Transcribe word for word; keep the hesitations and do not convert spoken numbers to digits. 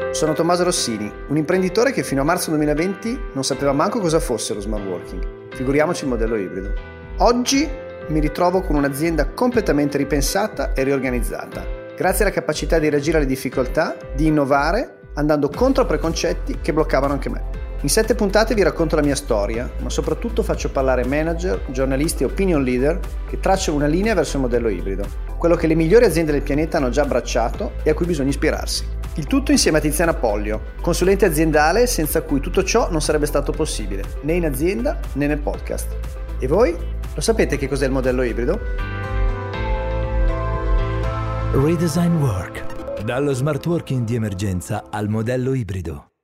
Sono Tommaso Rossini, un imprenditore che fino a marzo duemilaventi non sapeva manco cosa fosse lo smart working, figuriamoci il modello ibrido. Oggi mi ritrovo con un'azienda completamente ripensata e riorganizzata, grazie alla capacità di reagire alle difficoltà, di innovare, andando contro preconcetti che bloccavano anche me. In sette puntate vi racconto la mia storia, ma soprattutto faccio parlare manager, giornalisti e opinion leader che tracciano una linea verso il modello ibrido, quello che le migliori aziende del pianeta hanno già abbracciato e a cui bisogna ispirarsi. Il tutto insieme a Tiziana Pollio, consulente aziendale senza cui tutto ciò non sarebbe stato possibile, né in azienda né nel podcast. E voi? Lo sapete che cos'è il modello ibrido? Redesign Work. Dallo smart working di emergenza al modello ibrido.